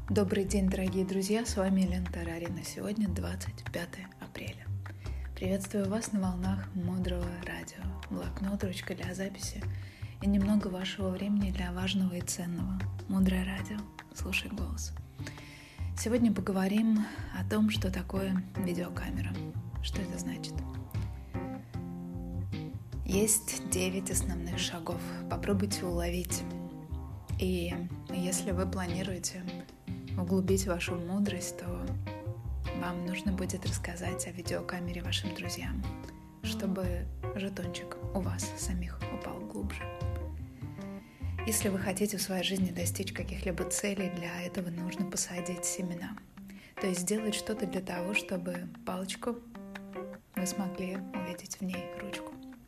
Добрый день, дорогие друзья, с вами Елена Тарарина. Сегодня 25 апреля. Приветствую вас на волнах Мудрого радио. Блокнот, ручка для записи и немного вашего времени для важного и ценного. Мудрое радио. Слушай голос. Сегодня поговорим о том, что такое видеокамера. Что это значит? Есть 9 основных шагов. Попробуйте уловить. И если вы планируете углубить вашу мудрость, то вам нужно будет рассказать о видеокамере вашим друзьям, чтобы жетончик у вас самих упал глубже. Если вы хотите в своей жизни достичь каких-либо целей, для этого нужно посадить семена. То есть сделать что-то для того, чтобы палочку вы смогли увидеть в ней ручку.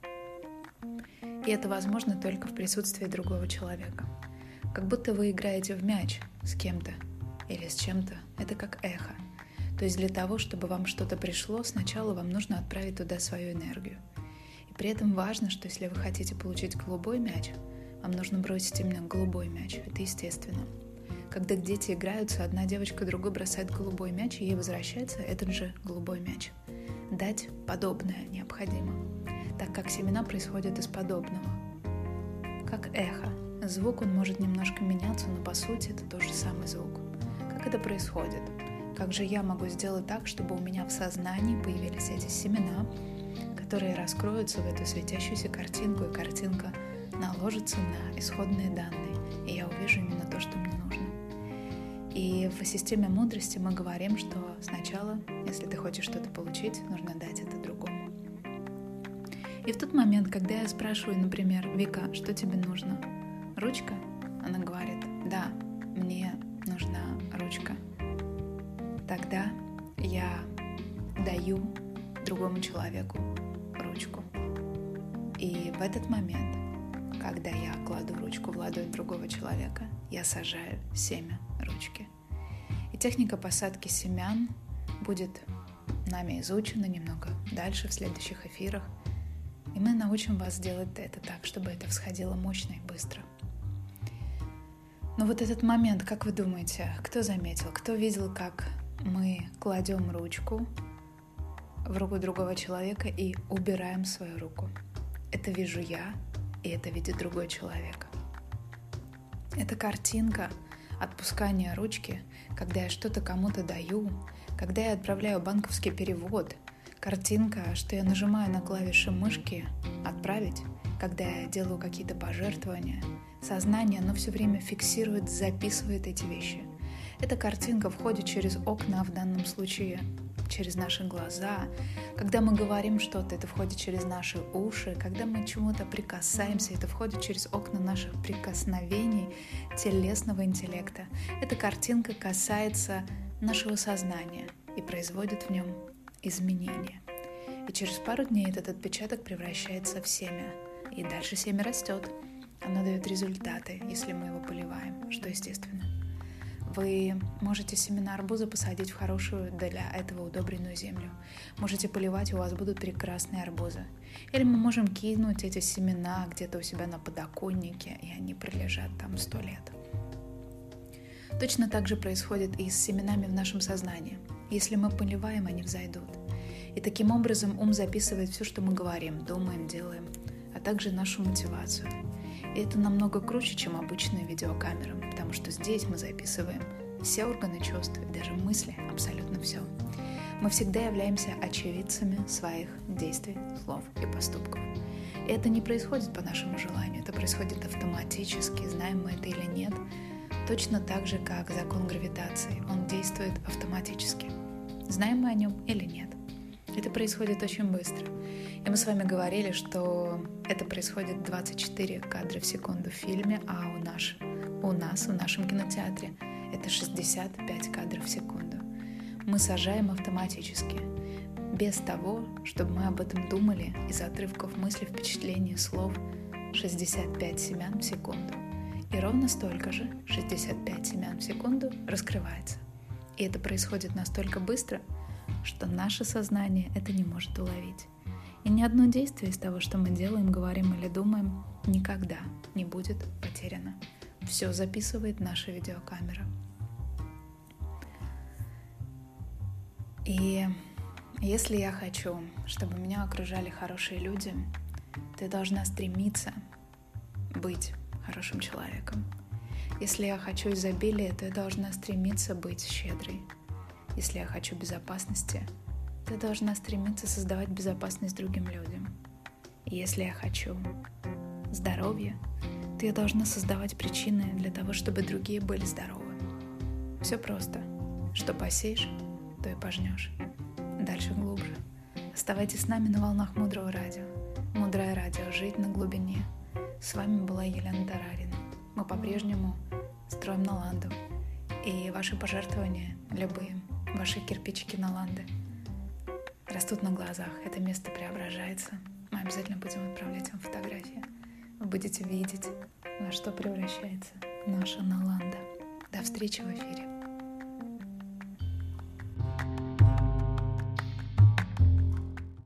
И это возможно только в присутствии другого человека. Как будто вы играете в мяч с кем-то или с чем-то. Это как эхо. То есть для того, чтобы вам что-то пришло, сначала вам нужно отправить туда свою энергию. И при этом важно, что если вы хотите получить голубой мяч, вам нужно бросить именно голубой мяч. Это естественно. Когда дети играются, одна девочка другой бросает голубой мяч, и ей возвращается этот же голубой мяч. Дать подобное необходимо, так как семена происходят из подобного. Как эхо. Звук, он может немножко меняться, но по сути это тот же самый звук. Как это происходит? Как же я могу сделать так, чтобы у меня в сознании появились эти семена, которые раскроются в эту светящуюся картинку, и картинка наложится на исходные данные, и я увижу именно то, что мне нужно. И в системе мудрости мы говорим, что сначала, если ты хочешь что-то получить, нужно дать это другому. И в тот момент, когда я спрашиваю, например, Вика, что тебе нужно? Ручка? Она говорит, да, мне нужна ручка. Тогда я даю другому человеку ручку. И в этот момент, когда я кладу ручку в ладонь другого человека, я сажаю семя ручки. И техника посадки семян будет нами изучена немного дальше в следующих эфирах. И мы научим вас делать это так, чтобы это всходило мощно и быстро. Но вот этот момент, как вы думаете, кто заметил, кто видел, как мы кладем ручку в руку другого человека и убираем свою руку? Это вижу я, и это видит другой человек. Это картинка отпускания ручки, когда я что-то кому-то даю, когда я отправляю банковский перевод, картинка, что я нажимаю на клавиши мышки «Отправить», когда я делаю какие-то пожертвования. Сознание, оно все время фиксирует, записывает эти вещи. Эта картинка входит через окна, в данном случае через наши глаза. Когда мы говорим что-то, это входит через наши уши. Когда мы чему-то прикасаемся, это входит через окна наших прикосновений, телесного интеллекта. Эта картинка касается нашего сознания и производит в нем изменения. И через пару дней этот отпечаток превращается в семя. И дальше семя растет. Оно дает результаты, если мы его поливаем, что естественно. Вы можете семена арбуза посадить в хорошую для этого удобренную землю. Можете поливать, у вас будут прекрасные арбузы. Или мы можем кинуть эти семена где-то у себя на подоконнике, и они пролежат там 100 лет. Точно так же происходит и с семенами в нашем сознании. Если мы поливаем, они взойдут. И таким образом ум записывает все, что мы говорим, думаем, делаем, а также нашу мотивацию. И это намного круче, чем обычная видеокамера, потому что здесь мы записываем все органы чувств и даже мысли, абсолютно все. Мы всегда являемся очевидцами своих действий, слов и поступков. И это не происходит по нашему желанию, это происходит автоматически, знаем мы это или нет, точно так же, как закон гравитации, он действует автоматически. Знаем мы о нем или нет. Это происходит очень быстро. И мы с вами говорили, что это происходит 24 кадра в секунду в фильме, а у нас, в нашем кинотеатре, это 65 кадров в секунду. Мы сажаем автоматически, без того, чтобы мы об этом думали, из отрывков мысли, впечатлений, слов, 65 семян в секунду. И ровно столько же, 65 семян в секунду, раскрывается. И это происходит настолько быстро, что наше сознание это не может уловить. И ни одно действие из того, что мы делаем, говорим или думаем, никогда не будет потеряно. Все записывает наша видеокамера. И если я хочу, чтобы меня окружали хорошие люди, то я должна стремиться быть хорошим человеком. Если я хочу изобилия, то я должна стремиться быть щедрой. Если я хочу безопасности, то я должна стремиться создавать безопасность другим людям. И если я хочу здоровья, то я должна создавать причины для того, чтобы другие были здоровы. Все просто. Что посеешь, то и пожнешь. Дальше глубже. Оставайтесь с нами на волнах Мудрого радио. Мудрое радио. Жить на глубине. С вами была Елена Тарарина. Мы по-прежнему строим наланду. И ваши пожертвования, любые, ваши кирпичики наланды, растут на глазах. Это место преображается. Мы обязательно будем отправлять вам фотографии. Вы будете видеть, во что превращается наша наланда. До встречи в эфире.